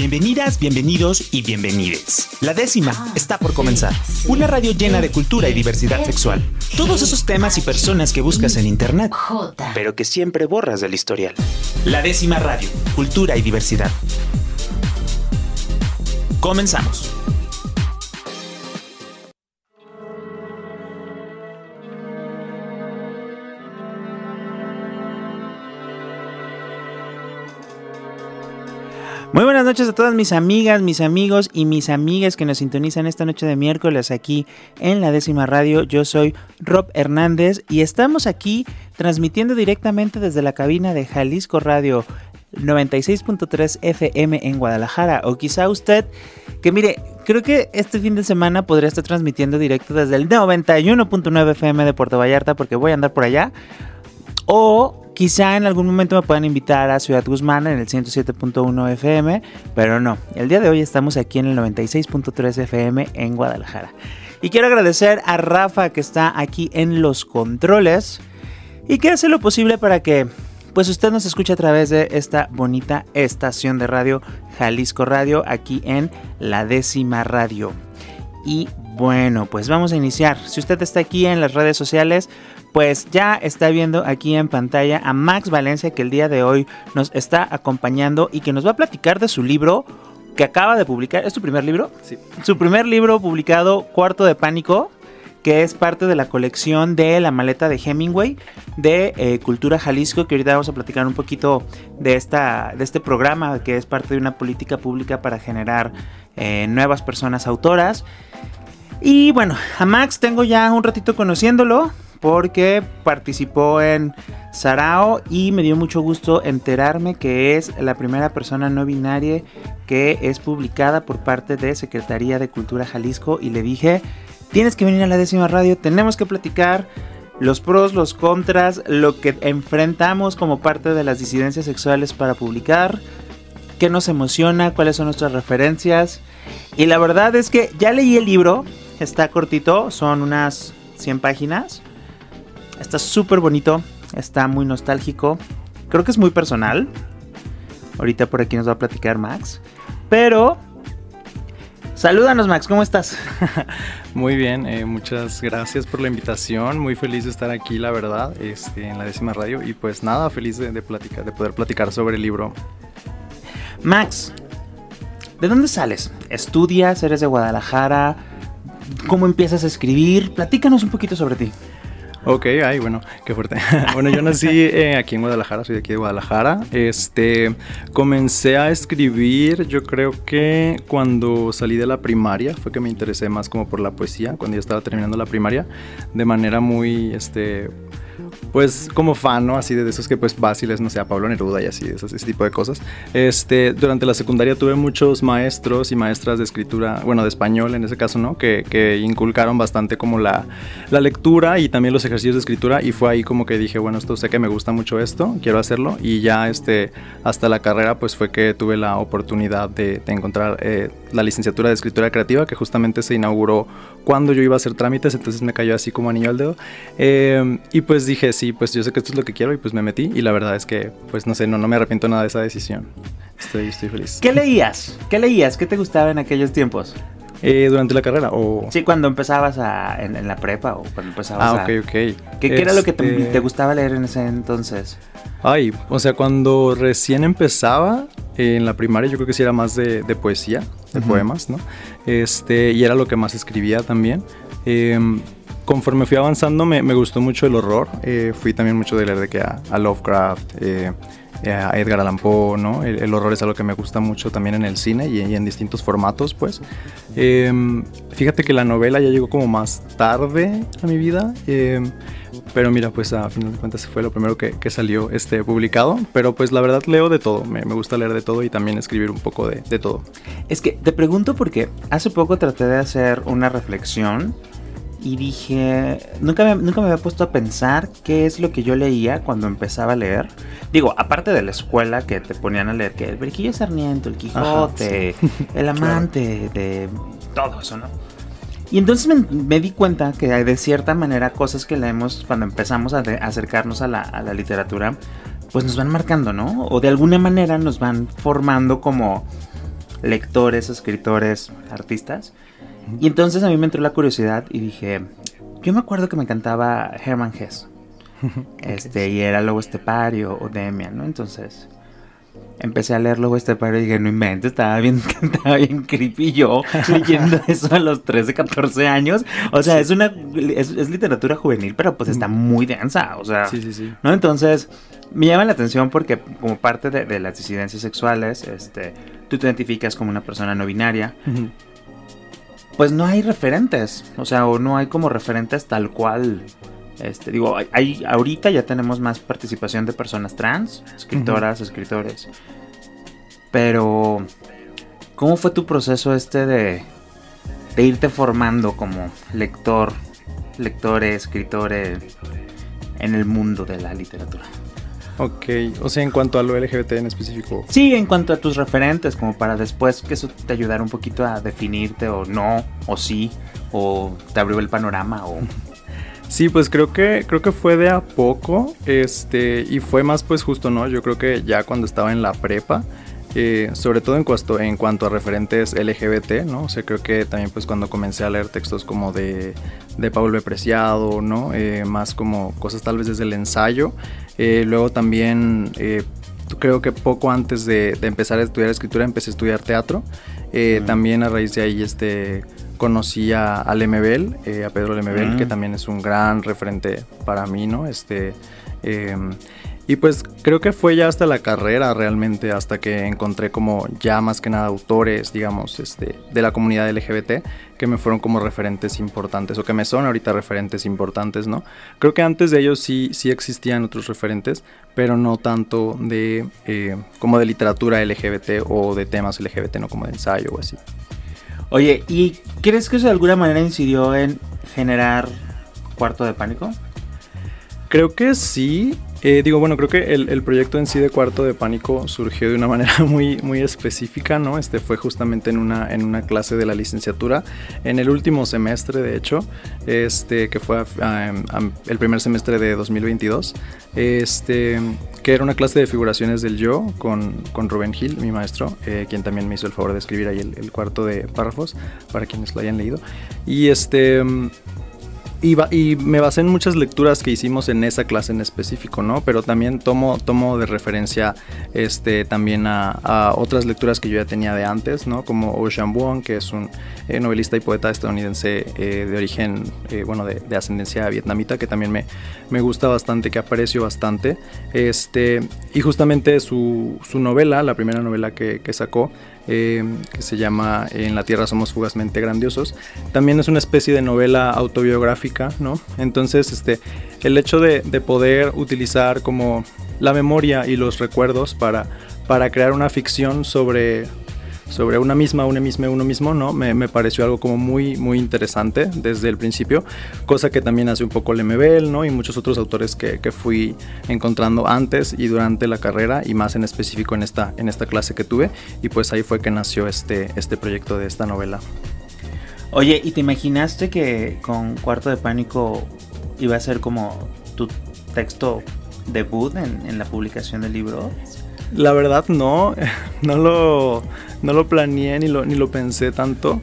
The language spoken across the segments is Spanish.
Bienvenidas, bienvenidos y bienvenides. La 10ª está por comenzar. Una radio llena de cultura y diversidad sexual. Todos esos temas y personas que buscas en internet, pero que siempre borras del historial. La 10ª radio, cultura y diversidad. Comenzamos. Muy buenas noches a todas mis amigas, mis amigos y mis amigas que nos sintonizan esta noche de miércoles aquí en la 10ª radio. Yo soy Rob Hernández y estamos aquí transmitiendo directamente desde la cabina de Jalisco Radio 96.3 FM en Guadalajara. O quizá usted, que mire, creo que este fin de semana podría estar transmitiendo directo desde el 91.9 FM de Puerto Vallarta porque voy a andar por allá. O quizá en algún momento me puedan invitar a Ciudad Guzmán en el 107.1 FM, pero no, el día de hoy estamos aquí en el 96.3 FM en Guadalajara. Y quiero agradecer a Rafa que está aquí en los controles y que hace lo posible para que pues usted nos escuche a través de esta bonita estación de radio, Jalisco Radio, aquí en la 10ª radio. Y bueno, pues vamos a iniciar. Si usted está aquí en las redes sociales, pues ya está viendo aquí en pantalla a Max Valencia, que el día de hoy nos está acompañando y que nos va a platicar de su libro que acaba de publicar. ¿Es tu primer libro? Sí. Su primer libro publicado, Cuarto de Pánico, que es parte de la colección de La Maleta de Hemingway de Cultura Jalisco, que ahorita vamos a platicar un poquito de este programa, que es parte de una política pública para generar nuevas personas autoras. Y bueno, a Max tengo ya un ratito conociéndolo, porque participó en Sarao y me dio mucho gusto enterarme que es la primera persona no binaria que es publicada por parte de Secretaría de Cultura Jalisco, y le dije, tienes que venir a la 10ª radio, tenemos que platicar los pros, los contras, lo que enfrentamos como parte de las disidencias sexuales para publicar, qué nos emociona, cuáles son nuestras referencias. Y la verdad es que ya leí el libro, está cortito, son unas 100 páginas. Está súper bonito, está muy nostálgico, creo que es muy personal. Ahorita por aquí nos va a platicar Max. Pero, salúdanos Max, ¿cómo estás? Muy bien, muchas gracias por la invitación, muy feliz de estar aquí, la verdad, en la 10ª radio. Y pues nada, feliz de poder platicar sobre el libro. Max, ¿de dónde sales? ¿Estudias? ¿Eres de Guadalajara? ¿Cómo empiezas a escribir? Platícanos un poquito sobre ti. Ok, ay, bueno, qué fuerte. Bueno, yo nací aquí en Guadalajara, soy de aquí de Guadalajara. Comencé a escribir, yo creo que cuando salí de la primaria, fue que me interesé más como por la poesía, cuando ya estaba terminando la primaria, de manera muy, pues como fan, ¿no? Así de esos que pues fáciles, no sé, a Pablo Neruda y así, ese tipo de cosas. Durante la secundaria tuve muchos maestros y maestras de escritura, bueno, de español en ese caso, ¿no? Que inculcaron bastante como la lectura y también los ejercicios de escritura, y fue ahí como que dije, bueno, sé que me gusta mucho esto, quiero hacerlo, y ya hasta la carrera pues fue que tuve la oportunidad de encontrar la licenciatura de escritura creativa, que justamente se inauguró cuando yo iba a hacer trámites, entonces me cayó así como anillo al dedo, y pues dije, sí, pues yo sé que esto es lo que quiero, y pues me metí, y la verdad es que, pues no sé, no me arrepiento nada de esa decisión. Estoy feliz. ¿Qué leías? ¿Qué te gustaba en aquellos tiempos? ¿Durante la carrera? O... Sí, cuando empezabas en la prepa o cuando empezabas ok. ¿Qué era lo que te gustaba leer en ese entonces? Ay, o sea, cuando recién empezaba en la primaria, yo creo que sí era más de poesía, de poemas, ¿no? Y era lo que más escribía también. Conforme fui avanzando me gustó mucho el horror. Fui también mucho de leer a Lovecraft, a Edgar Allan Poe, ¿no? El horror es algo que me gusta mucho también en el cine y en distintos formatos, pues. Fíjate que la novela ya llegó como más tarde a mi vida, pero mira, pues a final de cuentas fue lo primero que salió publicado, pero pues la verdad leo de todo, me gusta leer de todo y también escribir un poco de todo. Es que te pregunto porque hace poco traté de hacer una reflexión y dije, nunca me había puesto a pensar qué es lo que yo leía cuando empezaba a leer. Digo, aparte de la escuela que te ponían a leer, que el Berquillo Sarmiento, el Quijote, sí, el amante, claro, de todo eso, ¿no? Y entonces me di cuenta que de cierta manera cosas que leemos cuando empezamos a acercarnos a la literatura, pues nos van marcando, ¿no? O de alguna manera nos van formando como lectores, escritores, artistas. Y entonces a mí me entró la curiosidad y dije, yo me acuerdo que me encantaba Hermann Hesse. Y era Lobo Estepario o Demian, ¿no? Entonces empecé a leer Lobo Estepario y dije, no inventes, estaba bien creepy yo leyendo eso a los 13, 14 años. O sea, sí. es literatura juvenil, pero pues está muy densa, o sea, sí. ¿no? Entonces me llama la atención porque como parte de las disidencias sexuales, tú te identificas como una persona no binaria. Pues no hay referentes, o sea, o no hay como referentes tal cual. Ahorita ya tenemos más participación de personas trans, escritoras, escritores. Pero, ¿cómo fue tu proceso de irte formando como lector, escritor en el mundo de la literatura? Ok, o sea, en cuanto a lo LGBT en específico. Sí, en cuanto a tus referentes, como para después que eso te ayudara un poquito a definirte o no, o sí, o te abrió el panorama o... Sí, pues creo que fue de a poco, y fue más pues justo, ¿no? Yo creo que ya cuando estaba en la prepa, sobre todo en cuanto a referentes LGBT, ¿no? O sea, creo que también pues cuando comencé a leer textos como de Paul B. Preciado, ¿no? Más como cosas tal vez desde el ensayo, luego también... creo que poco antes de empezar a estudiar escritura empecé a estudiar teatro. También a raíz de ahí conocí a Lemebel, a Pedro Lemebel, que también es un gran referente para mí, ¿no? Y pues creo que fue ya hasta la carrera realmente, hasta que encontré como ya más que nada autores, digamos, de la comunidad LGBT, que me fueron como referentes importantes, o que me son ahorita referentes importantes, ¿no? Creo que antes de ellos sí existían otros referentes, pero no tanto como de literatura LGBT o de temas LGBT, no como de ensayo o así. Oye, ¿y crees que eso de alguna manera incidió en generar Cuarto de Pánico? Creo que sí. Creo que el proyecto en sí de Cuarto de Pánico surgió de una manera muy específica, ¿no? Fue justamente en una clase de la licenciatura, en el último semestre, de hecho, que fue el primer semestre de 2022, que era una clase de figuraciones del yo con Rubén Gil, mi maestro, quien también me hizo el favor de escribir ahí el cuarto de párrafos, para quienes lo hayan leído. Y me basé en muchas lecturas que hicimos en esa clase en específico, ¿no? Pero también tomo de referencia también a otras lecturas que yo ya tenía de antes, ¿no? Como Ocean Vuong, que es un novelista y poeta estadounidense de origen, de ascendencia vietnamita, que también me gusta bastante, que aprecio bastante. Y justamente su novela, la primera novela que sacó, que se llama En la Tierra somos fugazmente grandiosos, también es una especie de novela autobiográfica, ¿no? Entonces, el hecho de poder utilizar como la memoria y los recuerdos para crear una ficción sobre uno mismo, ¿no? Me pareció algo como muy interesante desde el principio, cosa que también hace un poco Lemebel, ¿no? Y muchos otros autores que fui encontrando antes y durante la carrera, y más en específico en esta clase que tuve, y pues ahí fue que nació este proyecto de esta novela. Oye, ¿y te imaginaste que con Cuarto de Pánico iba a ser como tu texto debut en la publicación del libro? La verdad no lo planeé ni lo pensé tanto.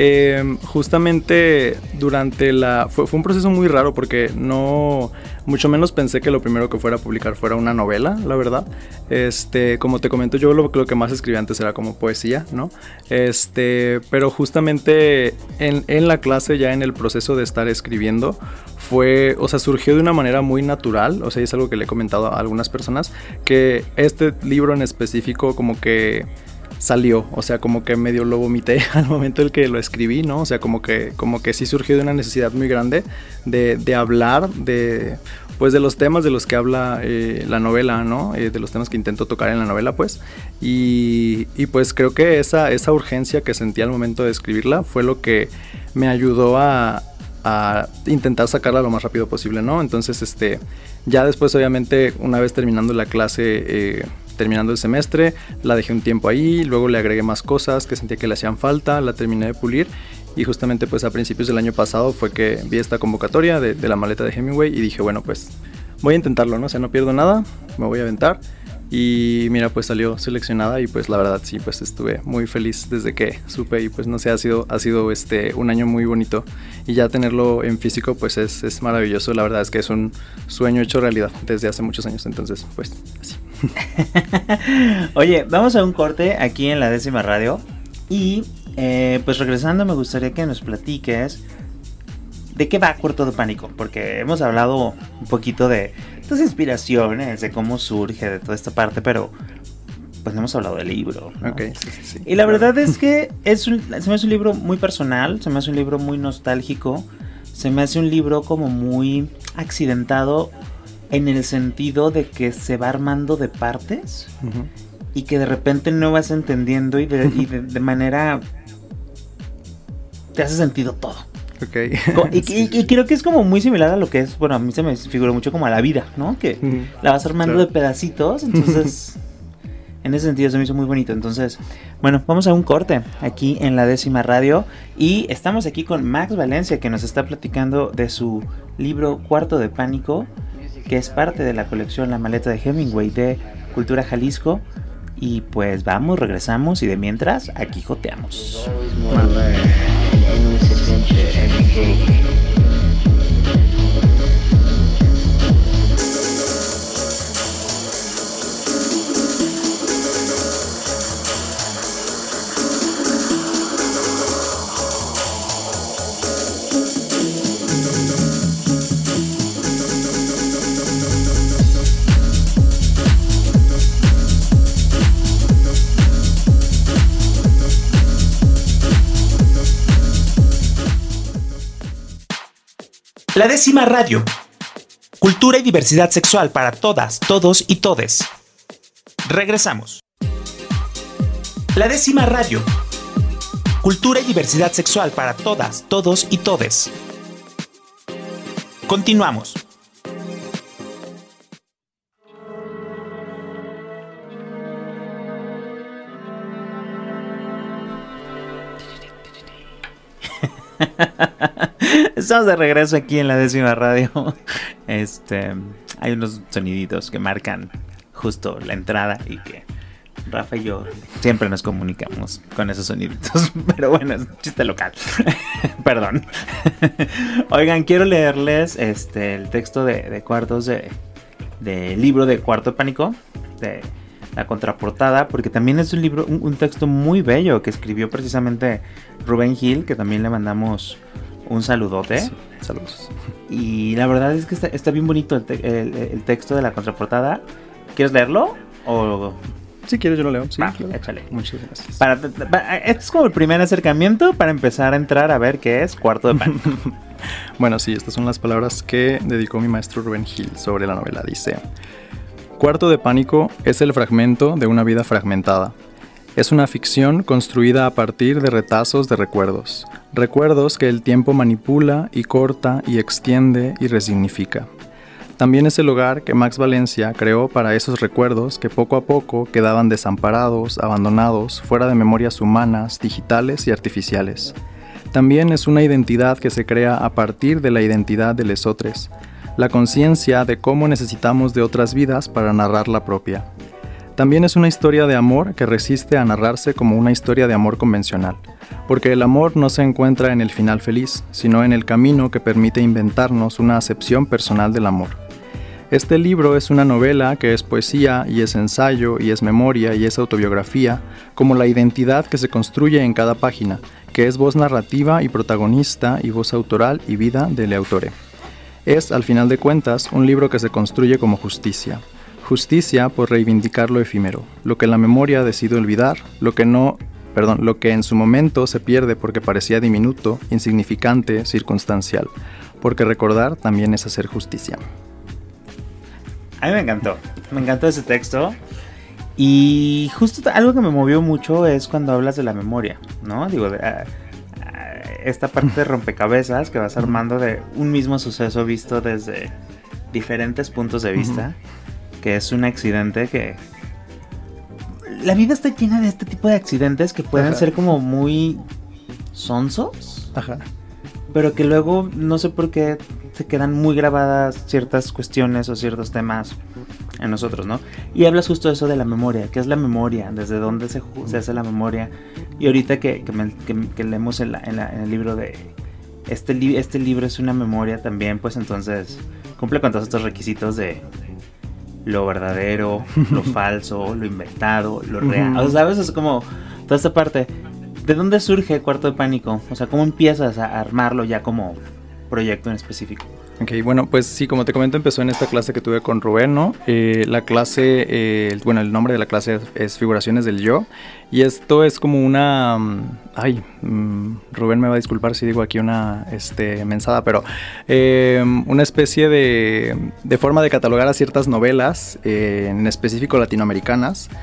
Justamente durante fue un proceso muy raro, porque mucho menos pensé que lo primero que fuera a publicar fuera una novela, la verdad. Como te comento, yo lo que más escribía antes era como poesía, ¿no? Pero justamente en la clase, ya en el proceso de estar escribiendo, surgió de una manera muy natural. O sea, es algo que le he comentado a algunas personas, que este libro en específico como que salió, o sea, como que medio lo vomité al momento en que lo escribí, ¿no? O sea, como que sí surgió de una necesidad muy grande de hablar de los temas de los que habla la novela, ¿no? De los temas que intento tocar en la novela, pues. Y pues creo que esa urgencia que sentí al momento de escribirla fue lo que me ayudó a intentar sacarla lo más rápido posible, ¿no? Entonces, ya después, obviamente, una vez terminando la clase, terminando el semestre, la dejé un tiempo ahí, luego le agregué más cosas que sentía que le hacían falta, la terminé de pulir, y justamente pues a principios del año pasado fue que vi esta convocatoria de la maleta de Hemingway y dije, bueno, pues voy a intentarlo, ¿no? O sea, no pierdo nada, me voy a aventar. Y mira, pues salió seleccionada y pues la verdad sí, pues estuve muy feliz desde que supe y pues no sé, ha sido un año muy bonito y ya tenerlo en físico pues es maravilloso. La verdad es que es un sueño hecho realidad desde hace muchos años, entonces pues así. Oye, vamos a un corte aquí en la Décima Radio y pues regresando me gustaría que nos platiques de qué va Cuarto de Pánico, porque hemos hablado un poquito de tus inspiraciones, de cómo surge, de toda esta parte, pero pues no hemos hablado del libro, ¿no? Ok, sí. Y la verdad es que se me hace un libro muy personal, se me hace un libro muy nostálgico, se me hace un libro como muy accidentado en el sentido de que se va armando de partes y que de repente no vas entendiendo y de manera te hace sentido todo. Okay. Y creo que es como muy similar a lo que es, bueno, a mí se me figuró mucho como a la vida, ¿no? Que la vas armando de pedacitos, entonces en ese sentido se me hizo muy bonito. Entonces, bueno, vamos a un corte aquí en la Décima Radio y estamos aquí con Max Valencia, que nos está platicando de su libro Cuarto de Pánico, que es parte de la colección La Maleta de Hemingway de Cultura Jalisco. Y pues vamos, regresamos y de mientras aquí joteamos. La Décima Radio. Cultura y diversidad sexual para todas, todos y todes. Regresamos. La Décima Radio. Cultura y diversidad sexual para todas, todos y todes. Continuamos. Estamos de regreso aquí en la Décima Radio. Hay unos soniditos que marcan justo la entrada y que Rafa y yo siempre nos comunicamos con esos soniditos. Pero bueno, es un chiste local. Perdón. Oigan, quiero leerles el texto de cuartos de libro de Cuarto de Pánico, de la contraportada, porque también es un libro, un texto muy bello que escribió precisamente Rubén Gil, que también le mandamos un saludote. Sí, saludos. Y la verdad es que está bien bonito el texto de la contraportada. ¿Quieres leerlo? O... Si quieres yo lo leo. Sí, claro. Échale. Muchas gracias. Este es como el primer acercamiento para empezar a entrar a ver qué es Cuarto de Pánico. Bueno, sí, estas son las palabras que dedicó mi maestro Rubén Gil sobre la novela. Dice: Cuarto de Pánico es el fragmento de una vida fragmentada. Es una ficción construida a partir de retazos de recuerdos. Recuerdos que el tiempo manipula y corta y extiende y resignifica. También es el hogar que Max Valencia creó para esos recuerdos que poco a poco quedaban desamparados, abandonados, fuera de memorias humanas, digitales y artificiales. También es una identidad que se crea a partir de la identidad de lesotres, la conciencia de cómo necesitamos de otras vidas para narrar la propia. También es una historia de amor que resiste a narrarse como una historia de amor convencional, porque el amor no se encuentra en el final feliz, sino en el camino que permite inventarnos una acepción personal del amor. Este libro es una novela que es poesía y es ensayo y es memoria y es autobiografía, como la identidad que se construye en cada página, que es voz narrativa y protagonista y voz autoral y vida del autore. Es, al final de cuentas, un libro que se construye como justicia. Justicia por reivindicar lo efímero, lo que la memoria decide olvidar, lo que en su momento se pierde porque parecía diminuto, insignificante, circunstancial, porque recordar también es hacer justicia. A mí me encantó ese texto. Y justo algo que me movió mucho es cuando hablas de la memoria, ¿no? Digo, esta parte de rompecabezas que vas armando de un mismo suceso visto desde diferentes puntos de vista, que es un accidente que... La vida está llena de este tipo de accidentes que pueden ser como muy sonsos. Ajá. Pero que luego, no sé por qué, se quedan muy grabadas ciertas cuestiones o ciertos temas en nosotros, ¿no? Y hablas justo de eso de la memoria. ¿Qué es la memoria? ¿Desde dónde se hace la memoria? Y ahorita que leemos en el libro de... Este libro es una memoria también, pues entonces cumple con todos estos requisitos de lo verdadero, lo falso, lo inventado, lo real. O sea, ¿sabes? Es como toda esta parte. ¿De dónde surge Cuarto de Pánico? O sea, ¿cómo empiezas a armarlo ya como proyecto en específico? Ok, bueno, pues sí, como te comento, empezó en esta clase que tuve con Rubén, ¿no? La clase, el nombre de la clase es Figuraciones del Yo. Y esto es como una... Rubén me va a disculpar si digo aquí una mensada, pero una especie de forma de catalogar a ciertas novelas, en específico latinoamericanas,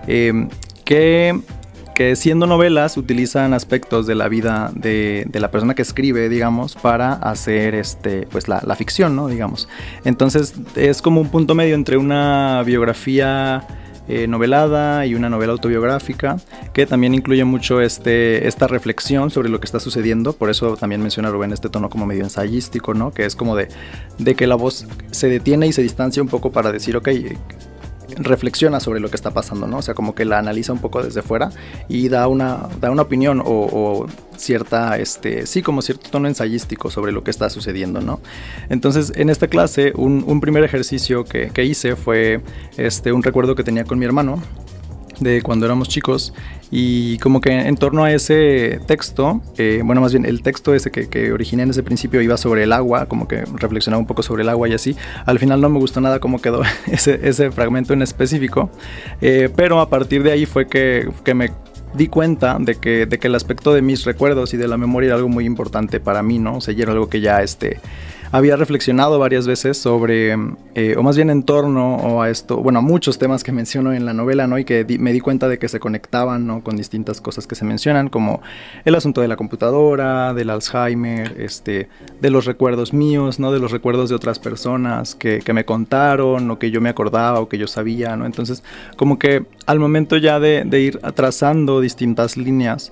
que siendo novelas utilizan aspectos de la vida de la persona que escribe, digamos, para hacer pues la ficción, ¿no? Digamos. Entonces es como un punto medio entre una biografía novelada y una novela autobiográfica, que también incluye mucho esta reflexión sobre lo que está sucediendo. Por eso también menciona Rubén este tono como medio ensayístico, ¿no? Que es como de que la voz se detiene y se distancia un poco para decir, ok, reflexiona sobre lo que está pasando, ¿no? O sea, como que la analiza un poco desde fuera y da una opinión o cierta, sí, como cierto tono ensayístico sobre lo que está sucediendo, ¿no? Entonces, en esta clase, un primer ejercicio que hice fue un recuerdo que tenía con mi hermano de cuando éramos chicos, y como que en torno a ese texto, más bien el texto ese que originé en ese principio iba sobre el agua, como que reflexionaba un poco sobre el agua y así. Al final no me gustó nada cómo quedó ese fragmento en específico, pero a partir de ahí fue que me di cuenta de que el aspecto de mis recuerdos y de la memoria era algo muy importante para mí, ¿no? O sea, era algo que ya había reflexionado varias veces sobre, o más bien en torno a esto, bueno, a muchos temas que menciono en la novela, ¿no? Y que me di cuenta de que se conectaban, ¿no? Con distintas cosas que se mencionan, como el asunto de la computadora, del Alzheimer, de los recuerdos míos, ¿no? De los recuerdos de otras personas que me contaron, o que yo me acordaba, o que yo sabía, ¿no? Entonces, como que al momento ya de ir trazando distintas líneas,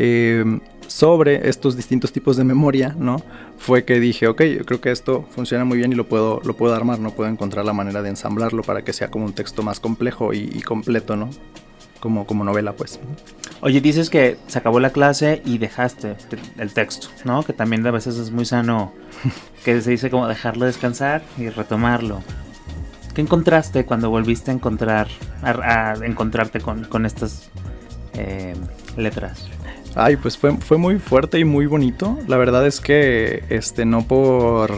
sobre estos distintos tipos de memoria, ¿no? Fue que dije, ok, yo creo que esto funciona muy bien y lo puedo armar, ¿no? Puedo encontrar la manera de ensamblarlo para que sea como un texto más complejo y completo, ¿no? Como novela, pues. Oye, dices que se acabó la clase y dejaste el texto, ¿no? Que también a veces es muy sano, que se dice como dejarlo descansar y retomarlo. ¿Qué encontraste cuando volviste a encontrarte con estas letras? Ay, pues fue muy fuerte y muy bonito. La verdad es que no por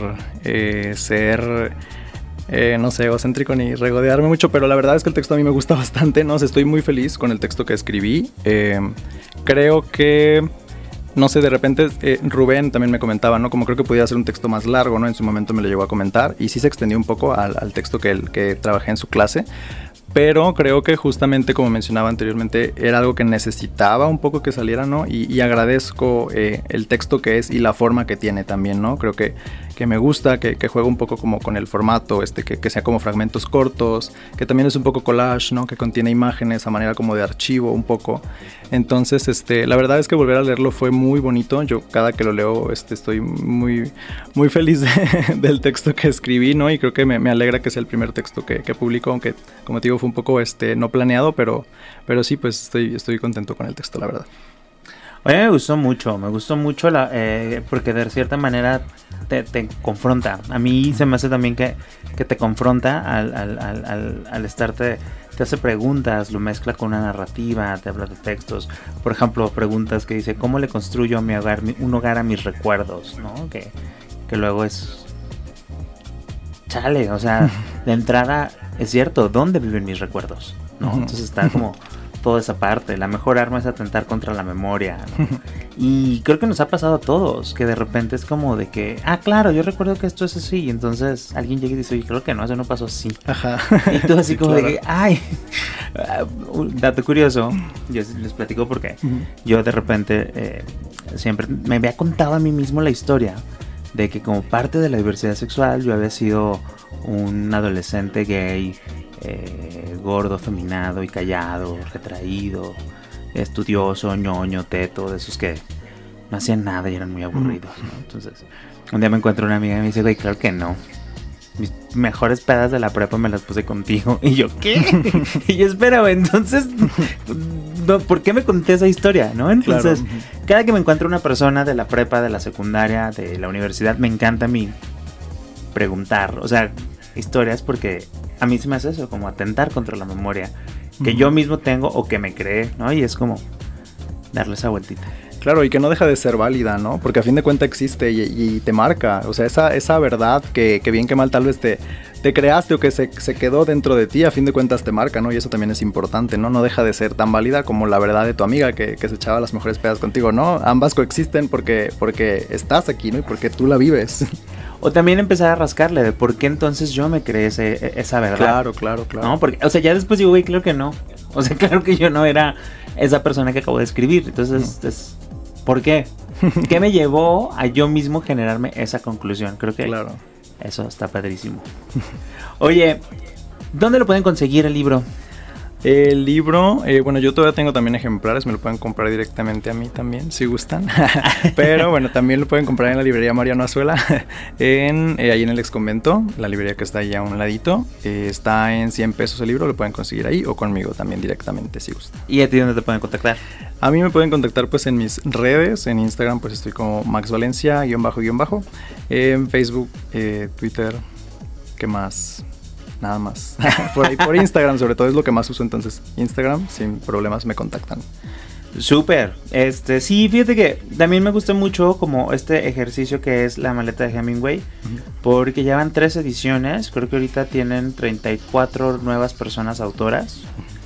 ser no sé, egocéntrico ni regodearme mucho, pero la verdad es que el texto a mí me gusta bastante, ¿no? O sea, estoy muy feliz con el texto que escribí. Creo que, no sé, de repente Rubén también me comentaba, ¿no? Como creo que podía ser un texto más largo, ¿no? En su momento me lo llegó a comentar y sí se extendió un poco al texto que trabajé en su clase. Pero creo que justamente, como mencionaba anteriormente, era algo que necesitaba un poco que saliera, ¿no? Y agradezco el texto que es y la forma que tiene también, ¿no? Creo que me gusta, que juega un poco como con el formato, que sea como fragmentos cortos, que también es un poco collage, ¿no? Que contiene imágenes a manera como de archivo un poco. Entonces, la verdad es que volver a leerlo fue muy bonito. Yo cada que lo leo, estoy muy, muy feliz del texto que escribí, ¿no? Y creo que me alegra que sea el primer texto que publico, aunque, como te digo, fue un poco no planeado, pero sí, pues estoy contento con el texto, la verdad. Oye, me gustó mucho porque de cierta manera te confronta. A mí se me hace también que te confronta al estarte, te hace preguntas, lo mezcla con una narrativa, te habla de textos. Por ejemplo, preguntas que dice, ¿cómo le construyo a un hogar a mis recuerdos? ¿No? Que luego es... Chale, o sea, de entrada es cierto, ¿dónde viven mis recuerdos? ¿No? Entonces está como... toda esa parte, la mejor arma es atentar contra la memoria, ¿no? Y creo que nos ha pasado a todos, que de repente es como de que, claro, yo recuerdo que esto es así, y entonces alguien llega y dice, oye, creo que no, eso no pasó así. Ajá. Y tú así como claro. De que, dato curioso, yo les platico porque yo de repente siempre me había contado a mí mismo la historia de que como parte de la diversidad sexual yo había sido un adolescente gay, gordo, afeminado y callado, retraído, estudioso, ñoño, teto, de esos que no hacían nada y eran muy aburridos, ¿no? Entonces, un día me encuentro una amiga y me dice, güey, claro que no. mis mejores pedas de la prepa me las puse contigo. Y yo, ¿qué? Y yo, espera, güey, entonces, no, ¿por qué me conté esa historia, no? Entonces, claro. Cada que me encuentro una persona de la prepa, de la secundaria, de la universidad, me encanta a mí preguntar, o sea, historias, porque a mí se me hace eso, como atentar contra la memoria que yo mismo tengo o que me creé, ¿no? Y es como darle esa vueltita. Claro, y que no deja de ser válida, ¿no? Porque a fin de cuentas existe y te marca. O sea, esa verdad que bien que mal tal vez te creaste o que se quedó dentro de ti, a fin de cuentas te marca, ¿no? Y eso también es importante, ¿no? No deja de ser tan válida como la verdad de tu amiga que se echaba las mejores pedas contigo, ¿no? Ambas coexisten porque estás aquí, ¿no? Y porque tú la vives. O también empezar a rascarle de por qué entonces yo me creé esa verdad. Claro. ¿No? Porque, o sea, ya después digo, güey, claro que no. O sea, claro que yo no era esa persona que acabo de escribir. Entonces, ¿por qué? ¿Qué me llevó a yo mismo generarme esa conclusión? Creo que eso está padrísimo. Oye, ¿dónde lo pueden conseguir el libro? El libro, bueno, yo todavía tengo también ejemplares, me lo pueden comprar directamente a mí también, si gustan. Pero bueno, también lo pueden comprar en la librería Mariano Azuela, ahí en el Exconvento, la librería que está ahí a un ladito. Está en 100 pesos el libro, lo pueden conseguir ahí o conmigo también directamente, si gustan. ¿Y a ti dónde te pueden contactar? A mí me pueden contactar pues en mis redes, en Instagram pues estoy como maxvalencia__, en Facebook, Twitter, ¿qué más? Nada más. Por Instagram sobre todo es lo que más uso, entonces Instagram sin problemas me contactan. Súper. Sí, fíjate que también me gusta mucho como este ejercicio que es la maleta de Hemingway, porque ya van 3 ediciones, creo que ahorita tienen 34 nuevas personas autoras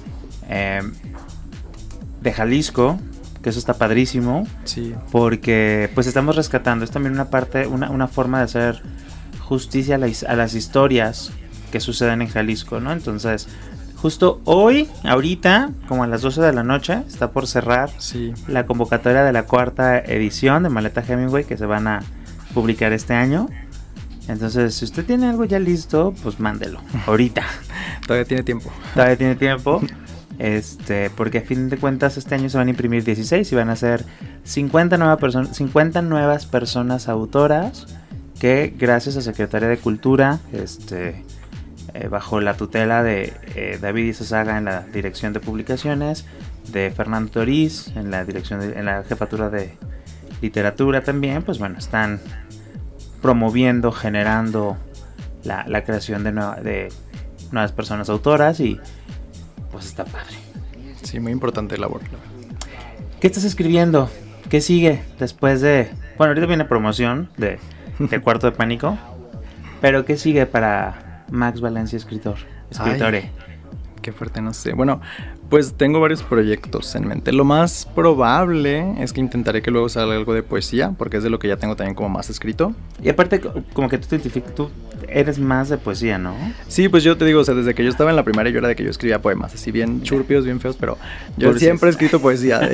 de Jalisco, que eso está padrísimo. Sí. Porque pues estamos rescatando, es también una parte, una forma de hacer justicia a las historias que suceden en Jalisco, ¿no? Entonces, justo hoy, ahorita, como a las 12 de la noche, está por cerrar la convocatoria de la 4ª edición de Maleta Hemingway que se van a publicar este año. Entonces, si usted tiene algo ya listo, pues mándelo, ahorita. Todavía tiene tiempo. Porque a fin de cuentas este año se van a imprimir 16 y van a ser 50 nuevas personas autoras que gracias a Secretaría de Cultura, bajo la tutela de David Izazaga en la dirección de publicaciones, de Fernando Toriz en la jefatura de literatura también, pues bueno, están promoviendo, generando la creación de nuevas personas autoras y pues está padre. Sí, muy importante labor. ¿Qué estás escribiendo? ¿Qué sigue después de... Bueno, ahorita viene promoción de Cuarto de Pánico, pero ¿qué sigue para Max Valencia, escritore? Ay, qué fuerte, no sé. Bueno, pues tengo varios proyectos en mente. Lo más probable es que intentaré que luego salga algo de poesía, porque es de lo que ya tengo también como más escrito. Y aparte, como que tú eres más de poesía, ¿no? Sí, pues yo te digo, o sea, desde que yo estaba en la primaria yo era de que yo escribía poemas, así bien churpios, bien feos, pero yo siempre he escrito poesía.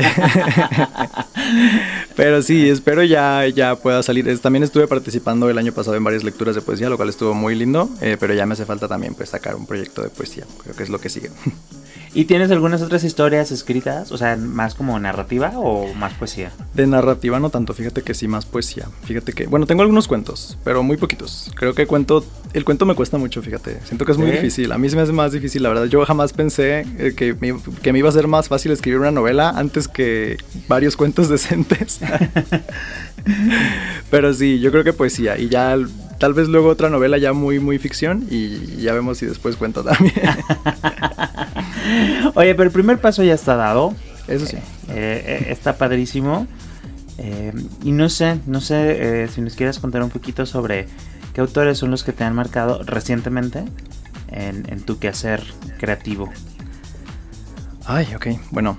Pero sí, espero ya pueda salir. También estuve participando el año pasado en varias lecturas de poesía, lo cual estuvo muy lindo, pero ya me hace falta también pues sacar un proyecto de poesía, creo que es lo que sigue. ¿Y tienes algunas otras historias escritas? O sea, ¿más como narrativa o más poesía? De narrativa no tanto, fíjate que sí, más poesía. Fíjate que, bueno, tengo algunos cuentos, pero muy poquitos. Creo que el cuento me cuesta mucho, fíjate. Siento que es muy difícil. A mí se me hace más difícil, la verdad. Yo jamás pensé que me iba a ser más fácil escribir una novela antes que varios cuentos decentes. Pero sí, yo creo que poesía. Y ya tal vez luego otra novela ya muy, muy ficción y ya vemos si después cuento también. Oye, pero el primer paso ya está dado. Eso sí. Está padrísimo. Y no sé si nos quieres contar un poquito sobre qué autores son los que te han marcado recientemente en tu quehacer creativo. Ay, ok. Bueno,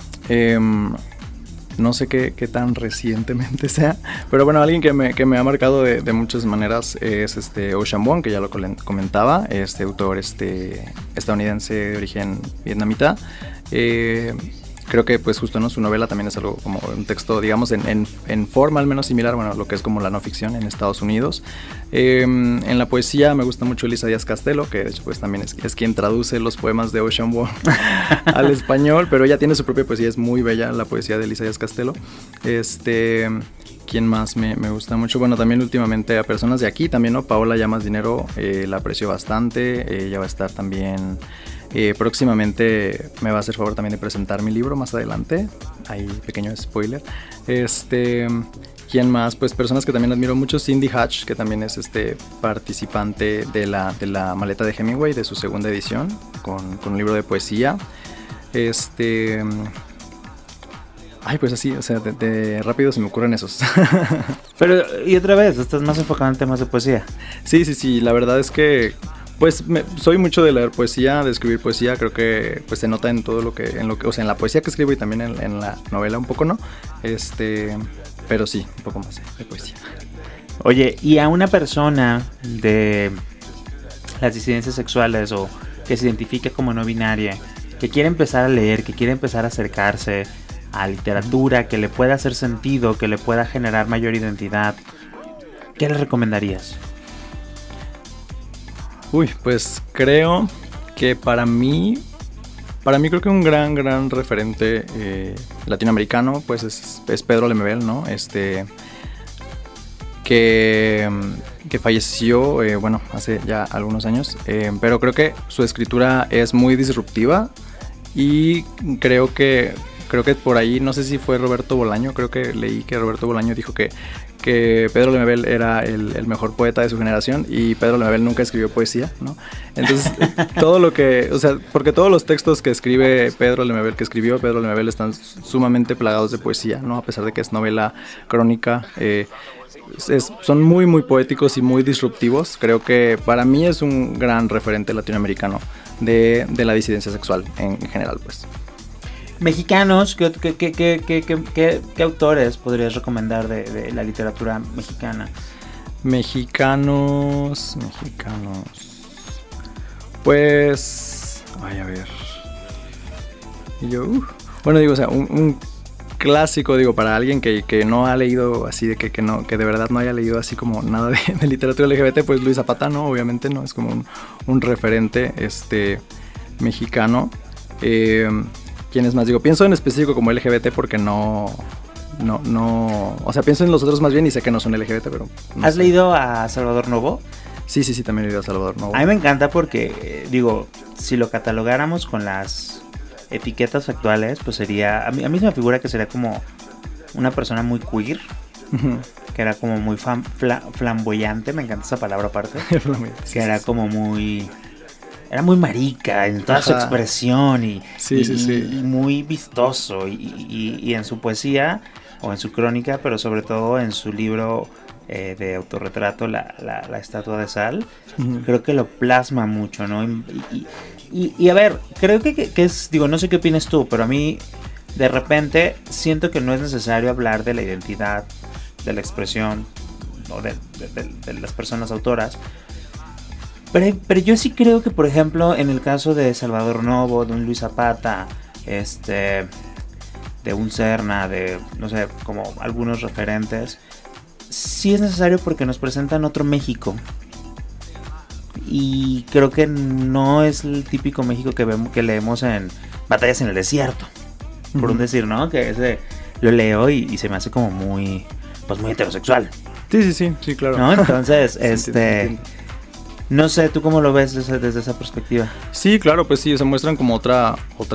no sé qué tan recientemente sea, pero bueno, alguien que me ha marcado de muchas maneras es Ocean Vuong, que ya lo comentaba, autor estadounidense de origen vietnamita. creo que pues justo, ¿no? Su novela también es algo como un texto, digamos, en forma al menos similar, bueno, lo que es como la no ficción en Estados Unidos. En la poesía me gusta mucho Elisa Díaz Castelo, que de hecho pues también es quien traduce los poemas de Ocean Vuong al español, pero ella tiene su propia poesía, es muy bella la poesía de Elisa Díaz Castelo. ¿Quién más me gusta mucho? Bueno, también últimamente a personas de aquí también, ¿no? Paola Llamas Dinero, la aprecio bastante. Ella va a estar también... próximamente me va a hacer favor también de presentar mi libro más adelante. Ahí, pequeño spoiler. ¿Quién más? Pues personas que también admiro mucho. Cindy Hatch, que también es participante de la maleta de Hemingway, de su segunda edición, con un libro de poesía. Ay, pues así, o sea, de rápido se me ocurren esos. Pero, y otra vez, estás más enfocado en temas de poesía. Sí, la verdad es que pues soy mucho de leer poesía, de escribir poesía. Creo que pues se nota en todo lo que, o sea, en la poesía que escribo y también en la novela un poco, ¿no? Pero sí, un poco más de poesía. Oye, y a una persona de las disidencias sexuales o que se identifica como no binaria, que quiere empezar a leer, que quiere empezar a acercarse a literatura, que le pueda hacer sentido, que le pueda generar mayor identidad, ¿qué le recomendarías? Uy, pues creo que para mí creo que un gran referente latinoamericano pues es Pedro Lemebel, ¿no? Que falleció, bueno, hace ya algunos años, pero creo que su escritura es muy disruptiva y creo que por ahí, no sé si fue Roberto Bolaño, creo que leí que Roberto Bolaño dijo que Pedro Lemebel era el mejor poeta de su generación y Pedro Lemebel nunca escribió poesía, ¿no? Entonces, todo lo que, o sea, porque todos los textos que escribe Pedro Lemebel están sumamente plagados de poesía, ¿no? A pesar de que es novela crónica, son muy poéticos y muy disruptivos. Creo que para mí es un gran referente latinoamericano de la disidencia sexual en general, pues. Mexicanos, ¿qué autores podrías recomendar de la literatura mexicana? Mexicanos. Pues... Ay, a ver. Bueno, digo, o sea, un clásico, digo, para alguien que no ha leído así, de que de verdad no haya leído así como nada de literatura LGBT, pues Luis Zapata, ¿no? Obviamente, ¿no? Es como un referente mexicano. ¿Quiénes más? Digo, pienso en específico como LGBT porque no, o sea, pienso en los otros más bien y sé que no son LGBT, pero... ¿Has leído a Salvador Novo? Sí, también he leído a Salvador Novo. A mí me encanta porque, digo, si lo catalogáramos con las etiquetas actuales, pues sería... A mí se me figura que sería como una persona muy queer, que era como muy flamboyante, me encanta esa palabra aparte, que era como muy... Era muy marica en toda su expresión y muy vistoso y en su poesía o en su crónica, pero sobre todo en su libro de autorretrato, la Estatua de Sal, creo que lo plasma mucho, ¿no? Y a ver, creo que es, digo, no sé qué opinas tú, pero a mí de repente siento que no es necesario hablar de la identidad, de la expresión o de las personas autoras. Pero yo sí creo que, por ejemplo, en el caso de Salvador Novo, de un Luis Zapata, de un Serna, de, no sé, como algunos referentes, sí es necesario porque nos presentan otro México. Y creo que no es el típico México que leemos en Batallas en el Desierto, por un decir, ¿no? Que ese lo leo y se me hace como muy, pues muy heterosexual. Sí, claro. ¿No? Entonces, no sé, ¿tú cómo lo ves desde esa perspectiva? Sí, claro, pues sí, se muestran como otra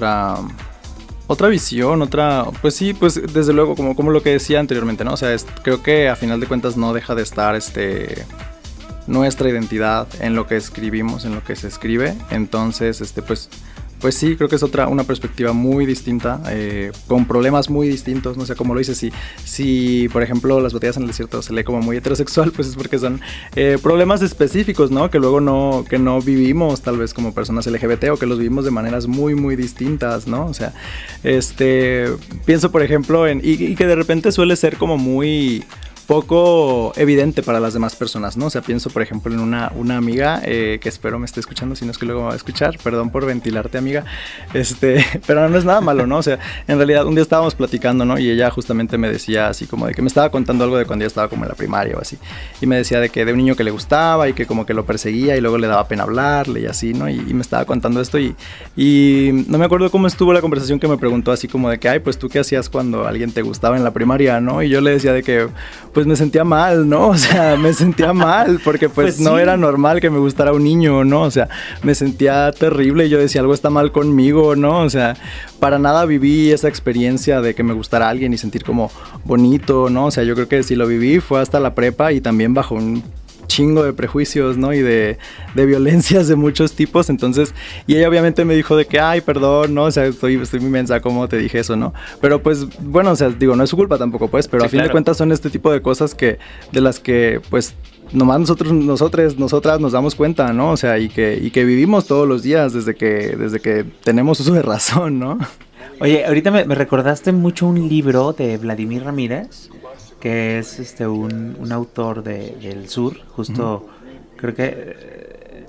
visión, pues sí, pues desde luego, como lo que decía anteriormente, ¿no? O sea, creo que a final de cuentas no deja de estar nuestra identidad en lo que escribimos, en lo que se escribe. Entonces, pues sí, creo que es una perspectiva muy distinta, con problemas muy distintos, no sé cómo lo dices. Si por ejemplo Las Batallas en el Desierto se lee como muy heterosexual, pues es porque son problemas específicos, ¿no? Que luego que no vivimos tal vez como personas LGBT o que los vivimos de maneras muy distintas, ¿no? O sea, pienso por ejemplo y que de repente suele ser como muy poco evidente para las demás personas, ¿no? O sea, pienso, por ejemplo, en una amiga que espero me esté escuchando, si no es que luego me va a escuchar, perdón por ventilarte, amiga, pero no es nada malo, ¿no? O sea, en realidad un día estábamos platicando, ¿no? Y ella justamente me decía así como de que me estaba contando algo de cuando ella estaba como en la primaria o así, y me decía de que de un niño que le gustaba y que como que lo perseguía y luego le daba pena hablarle y así, ¿no? Y me estaba contando esto y no me acuerdo cómo estuvo la conversación, que me preguntó así como de que, ay, pues tú qué hacías cuando alguien te gustaba en la primaria, ¿no? Y yo le decía de que pues me sentía mal, ¿no? O sea, me sentía mal porque pues no era normal que me gustara un niño, ¿no? O sea, me sentía terrible y yo decía, algo está mal conmigo, ¿no? O sea, para nada viví esa experiencia de que me gustara alguien y sentir como bonito, ¿no? O sea, yo creo que si lo viví fue hasta la prepa y también bajo un chingo de prejuicios, ¿no? Y de violencias de muchos tipos. Entonces, y ella obviamente me dijo de que, ay, perdón, ¿no? O sea, estoy muy mensa, ¿cómo te dije eso, no? Pero pues, bueno, o sea, digo, no es su culpa tampoco, pues, pero sí, a fin de cuentas son este tipo de cosas de las que, pues, nomás nosotras nos damos cuenta, ¿no? O sea, y que vivimos todos los días desde que tenemos uso de razón, ¿no? Oye, ahorita me recordaste mucho un libro de Vladimir Ramírez, que es un autor del sur, justo, creo que,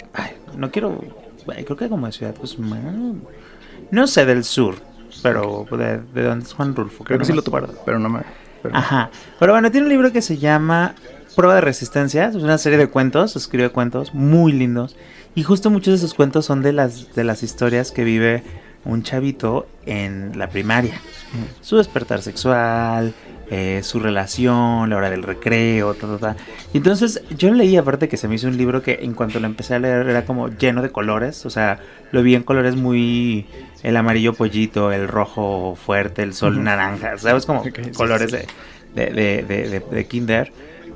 creo que como de Ciudad Guzmán, no sé, del sur, pero de dónde es Juan Rulfo. Creo que sí lo acuerdo, pero no me... Ajá, pero bueno, tiene un libro que se llama Prueba de Resistencia, es una serie de cuentos, escribe cuentos muy lindos, y justo muchos de esos cuentos son de las historias que vive un chavito en la primaria, su despertar sexual, su relación, la hora del recreo, Y entonces yo leí, aparte que se me hizo un libro que en cuanto lo empecé a leer era como lleno de colores, o sea, lo vi en colores muy, el amarillo pollito, el rojo fuerte, el sol naranja, ¿sabes? Como colores de kinder.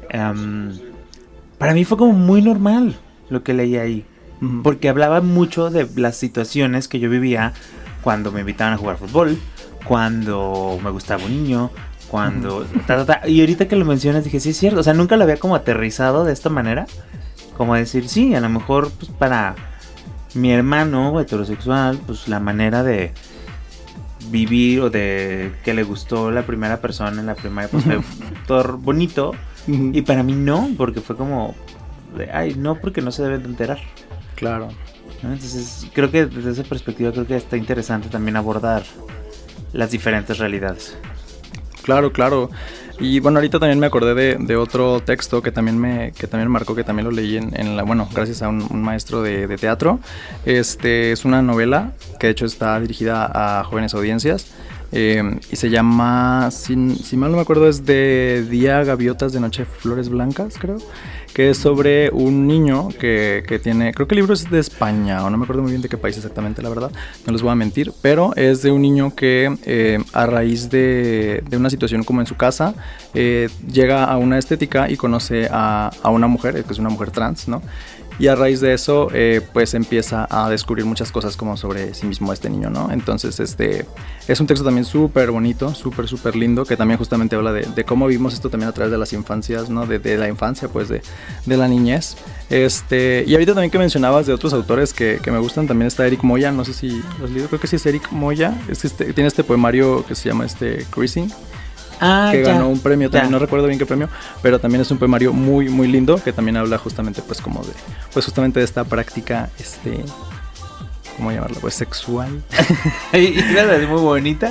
Para mí fue como muy normal lo que leí ahí, porque hablaba mucho de las situaciones que yo vivía cuando me invitaban a jugar fútbol, cuando me gustaba un niño, cuando... Y ahorita que lo mencionas dije, sí es cierto, o sea, nunca lo había como aterrizado de esta manera, como decir, sí, a lo mejor pues para mi hermano heterosexual, pues la manera de vivir o de que le gustó la primera persona en la primaria, pues fue todo bonito, y para mí no, porque fue como, ay, no, porque no se deben de enterar. Claro. ¿No? Entonces, creo que desde esa perspectiva creo que está interesante también abordar las diferentes realidades. Claro, claro. Y bueno, ahorita también me acordé de otro texto que también me marcó, que también lo leí gracias a un maestro de teatro. Es una novela que de hecho está dirigida a jóvenes audiencias. Y se llama, si mal no me acuerdo, es de Día Gaviotas de Noche Flores Blancas, creo, que es sobre un niño que tiene, creo que el libro es de España, o no me acuerdo muy bien de qué país exactamente, la verdad, no les voy a mentir, pero es de un niño que a raíz de una situación como en su casa, llega a una estética y conoce a una mujer, que es una mujer trans, ¿no? Y a raíz de eso, pues empieza a descubrir muchas cosas como sobre sí mismo este niño, ¿no? Entonces, es un texto también súper bonito, súper lindo, que también justamente habla de cómo vivimos esto también a través de las infancias, ¿no? De la infancia, pues, de la niñez. Y ahorita también que mencionabas de otros autores que me gustan, también está Eric Moya, no sé si lo has leído, creo que sí es Eric Moya, tiene este poemario que se llama Cruising. Que ganó un premio también, no recuerdo bien qué premio, pero también es un poemario muy lindo, que también habla justamente pues como justamente de esta práctica, ¿cómo llamarla? Pues sexual. Y claro, es muy bonita.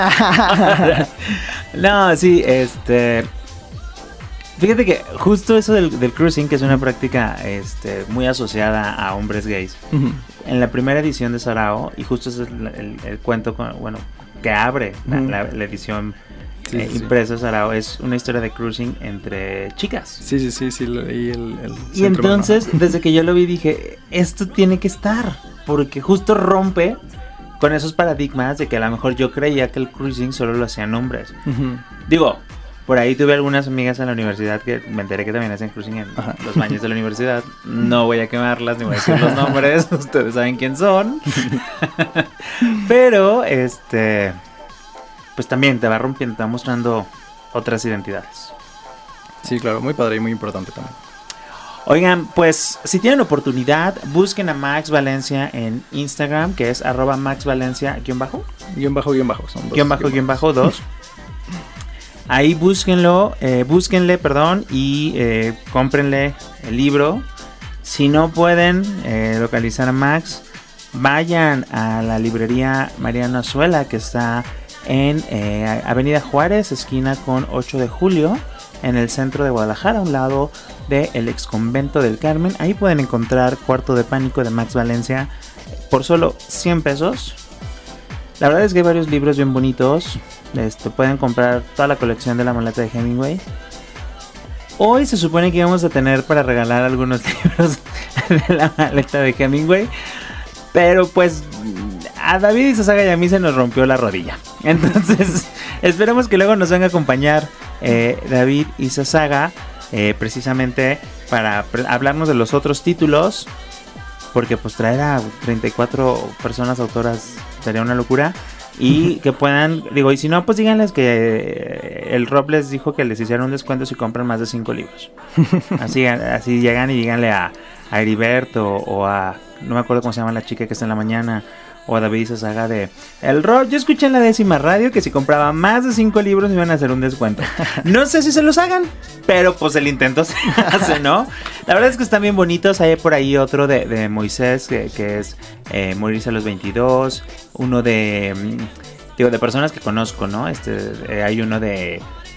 No, sí, fíjate que justo eso del cruising, que es una práctica muy asociada a hombres gays, en la primera edición de Sarao, y justo ese es el cuento que abre la edición impreso Sarao, es una historia de cruising entre chicas. Sí, leí el y entonces, desde que yo lo vi dije, esto tiene que estar, porque justo rompe con esos paradigmas de que a lo mejor yo creía que el cruising solo lo hacían hombres. Digo, por ahí tuve algunas amigas en la universidad que me enteré que también hacen cruising en los baños de la universidad. No voy a quemarlas ni voy a decir los nombres, ustedes saben quién son. Pero pues también te va rompiendo, te va mostrando otras identidades. Sí, claro, muy padre y muy importante también. Oigan, pues si tienen oportunidad, busquen a Max Valencia en Instagram, que es @maxvalencia_. Guión bajo, son dos. Guión bajo 2. Ahí búsquenle, y cómprenle el libro. Si no pueden localizar a Max, vayan a la librería Mariano Azuela, que está en Avenida Juárez, esquina con 8 de julio, en el centro de Guadalajara, a un lado del ex convento del Carmen. Ahí pueden encontrar Cuarto de Pánico de Max Valencia por solo 100 pesos. La verdad es que hay varios libros bien bonitos. Pueden comprar toda la colección de La Maleta de Hemingway. Hoy se supone que íbamos a tener para regalar algunos libros de La Maleta de Hemingway, pero pues a David Izazaga y a mí se nos rompió la rodilla. Entonces esperemos que luego nos venga a acompañar David Izazaga, precisamente para hablarnos de los otros títulos, porque pues traer a 34 personas autoras sería una locura. Y que puedan, y si no, pues díganles que el Rob les dijo que les hicieron un descuento si compran más de 5 libros. Así llegan y díganle a Heriberto o a, no me acuerdo cómo se llama la chica que está en la mañana, o a David Izazaga de el Rob. Yo escuché en la 10ª radio que si compraba más de 5 libros me iban a hacer un descuento. No sé si se los hagan, pero pues el intento se hace, ¿no? La verdad es que están bien bonitos. Hay por ahí otro de Moisés que es Morirse a los 22. Uno de personas que conozco, ¿no? Hay uno de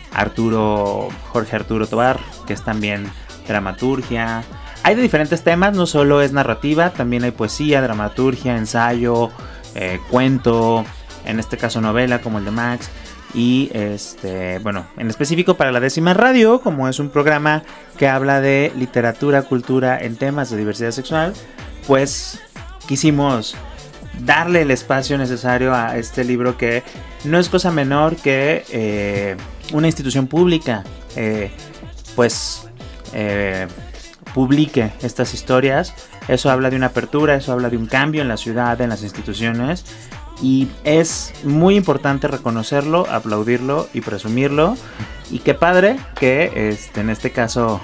Jorge Arturo Tobar, que es también dramaturgia. Hay de diferentes temas, no solo es narrativa, también hay poesía, dramaturgia, ensayo, cuento, en este caso novela como el de Max. Y en específico para la 10ª radio, como es un programa que habla de literatura, cultura en temas de diversidad sexual, pues quisimos darle el espacio necesario a este libro, que no es cosa menor que una institución pública publique estas historias. Eso habla de una apertura, eso habla de un cambio en la ciudad, en las instituciones, y es muy importante reconocerlo, aplaudirlo y presumirlo. Y qué padre que en este caso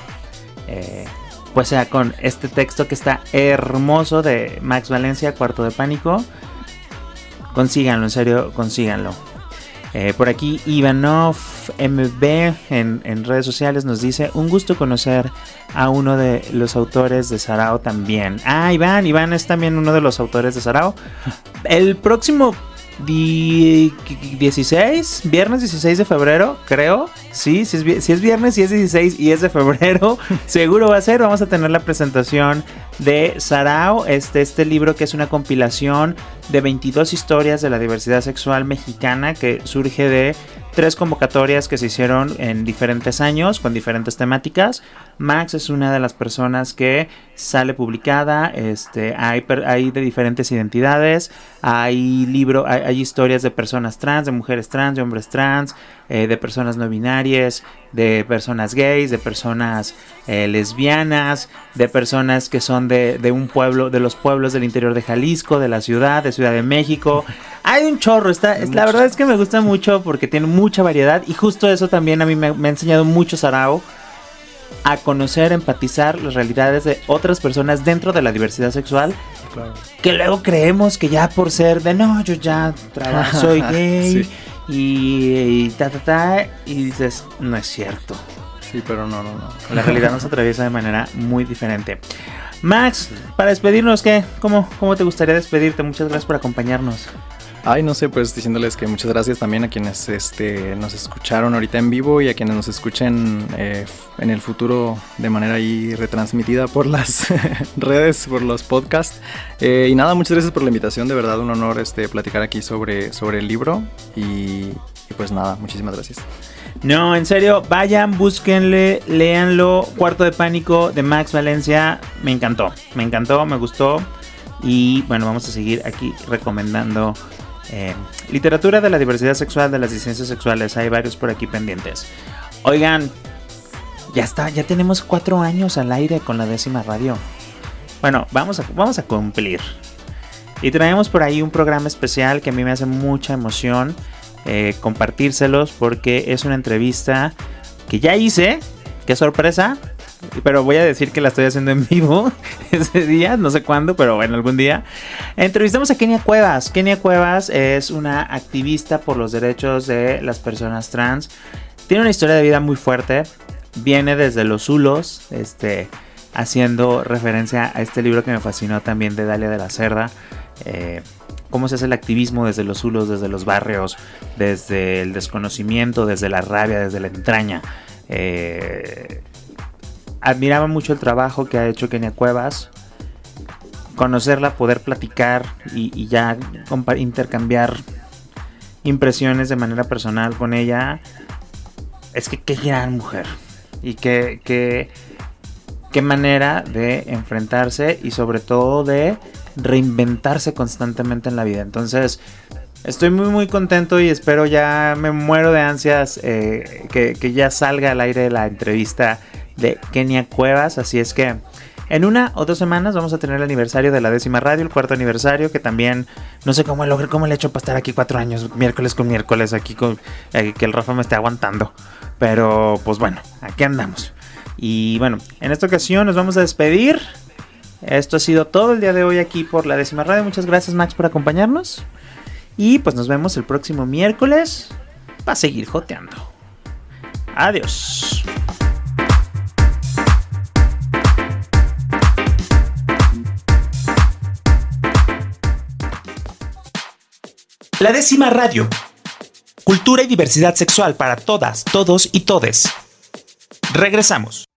pues sea con este texto que está hermoso de Max Valencia, Cuarto de Pánico. Consíganlo, en serio, consíganlo. Por aquí Ivanov MB en redes sociales nos dice: un gusto conocer a uno de los autores de Sarao también. Iván es también uno de los autores de Sarao. El próximo viernes 16 de febrero, creo. Sí, si es viernes y es 16 y es de febrero, seguro va a ser. Vamos a tener la presentación de Sarao, este libro que es una compilación de 22 historias de la diversidad sexual mexicana, que surge de 3 convocatorias que se hicieron en diferentes años con diferentes temáticas. Max es una de las personas que sale publicada. Hay de diferentes identidades. Hay historias de personas trans, de mujeres trans, de hombres trans, de personas no binarias, de personas gays, de personas lesbianas, de personas que son de un pueblo, de los pueblos del interior de Jalisco, de la ciudad, de Ciudad de México. Hay un chorro. La verdad es que me gusta mucho porque tiene mucha variedad, y justo eso también a mí me ha enseñado mucho Sarao, a conocer, empatizar las realidades de otras personas dentro de la diversidad sexual. Claro. Que luego creemos que ya por ser yo ya soy gay, sí, y y dices, no es cierto. Sí, pero no. La realidad nos atraviesa de manera muy diferente. Max, para despedirnos, ¿cómo te gustaría despedirte? Muchas gracias por acompañarnos. No sé, pues diciéndoles que muchas gracias también a quienes nos escucharon ahorita en vivo, y a quienes nos escuchen en el futuro de manera ahí retransmitida por las redes, por los podcasts. Y nada, muchas gracias por la invitación, de verdad un honor platicar aquí sobre el libro, y pues nada, muchísimas gracias. No, en serio, vayan, búsquenle, léanlo. Cuarto de Pánico de Max Valencia, me encantó, me gustó. Y bueno, vamos a seguir aquí recomendando literatura de la diversidad sexual, de las disidencias sexuales. Hay varios por aquí pendientes. Oigan, ya tenemos 4 años al aire con la 10ª radio. Bueno, vamos a cumplir. Y traemos por ahí un programa especial que a mí me hace mucha emoción compartírselos, porque es una entrevista que ya hice. ¡Qué sorpresa! pero voy a decir que la estoy haciendo en vivo ese día, no sé cuándo, pero bueno, algún día. Entrevistamos a Kenia Cuevas. Kenia Cuevas es una activista por los derechos de las personas trans. Tiene una historia de vida muy fuerte. Viene desde los Zulos, haciendo referencia a este libro que me fascinó también de Dalia de la Cerda. Cómo se hace el activismo desde los Zulos, desde los barrios, desde el desconocimiento, desde la rabia, desde la entraña. Admiraba mucho el trabajo que ha hecho Kenia Cuevas. Conocerla, poder platicar y ya intercambiar impresiones de manera personal con ella. Es que qué gran mujer. Y qué manera de enfrentarse y sobre todo de reinventarse constantemente en la vida. Entonces estoy muy muy contento y espero, ya me muero de ansias que ya salga al aire la entrevista de Kenia Cuevas. Así es que en 1 o 2 semanas vamos a tener el aniversario de la 10ª radio, el 4º aniversario, que también no sé cómo le he hecho para estar aquí 4 años, miércoles con miércoles, aquí con que el Rafa me esté aguantando. Pero pues bueno, aquí andamos. Y bueno, en esta ocasión nos vamos a despedir. Esto ha sido todo el día de hoy aquí por la 10ª radio. Muchas gracias, Max, por acompañarnos. Y pues nos vemos el próximo miércoles para seguir joteando. Adiós. La 10ª radio. Cultura y diversidad sexual para todas, todos y todes. Regresamos.